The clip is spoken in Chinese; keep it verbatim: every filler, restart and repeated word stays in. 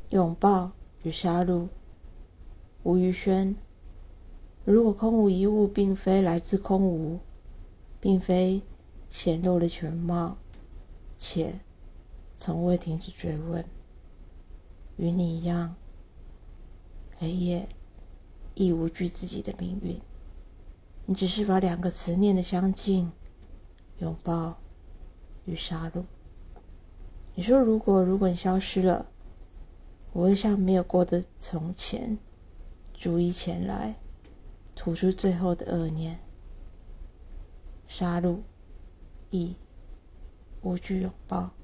拥抱与杀戮。吴宇轩，如果空无一物并非来自空无，并非显露了全貌，且从未停止追问，与你一样，黑夜亦无惧自己的命运。你只是把两个词念得相近，拥抱与杀戮。你说如果如果你消失了，我会像没有过的从前，逐一前来，吐出最后的恶念。杀戮亦无惧拥抱。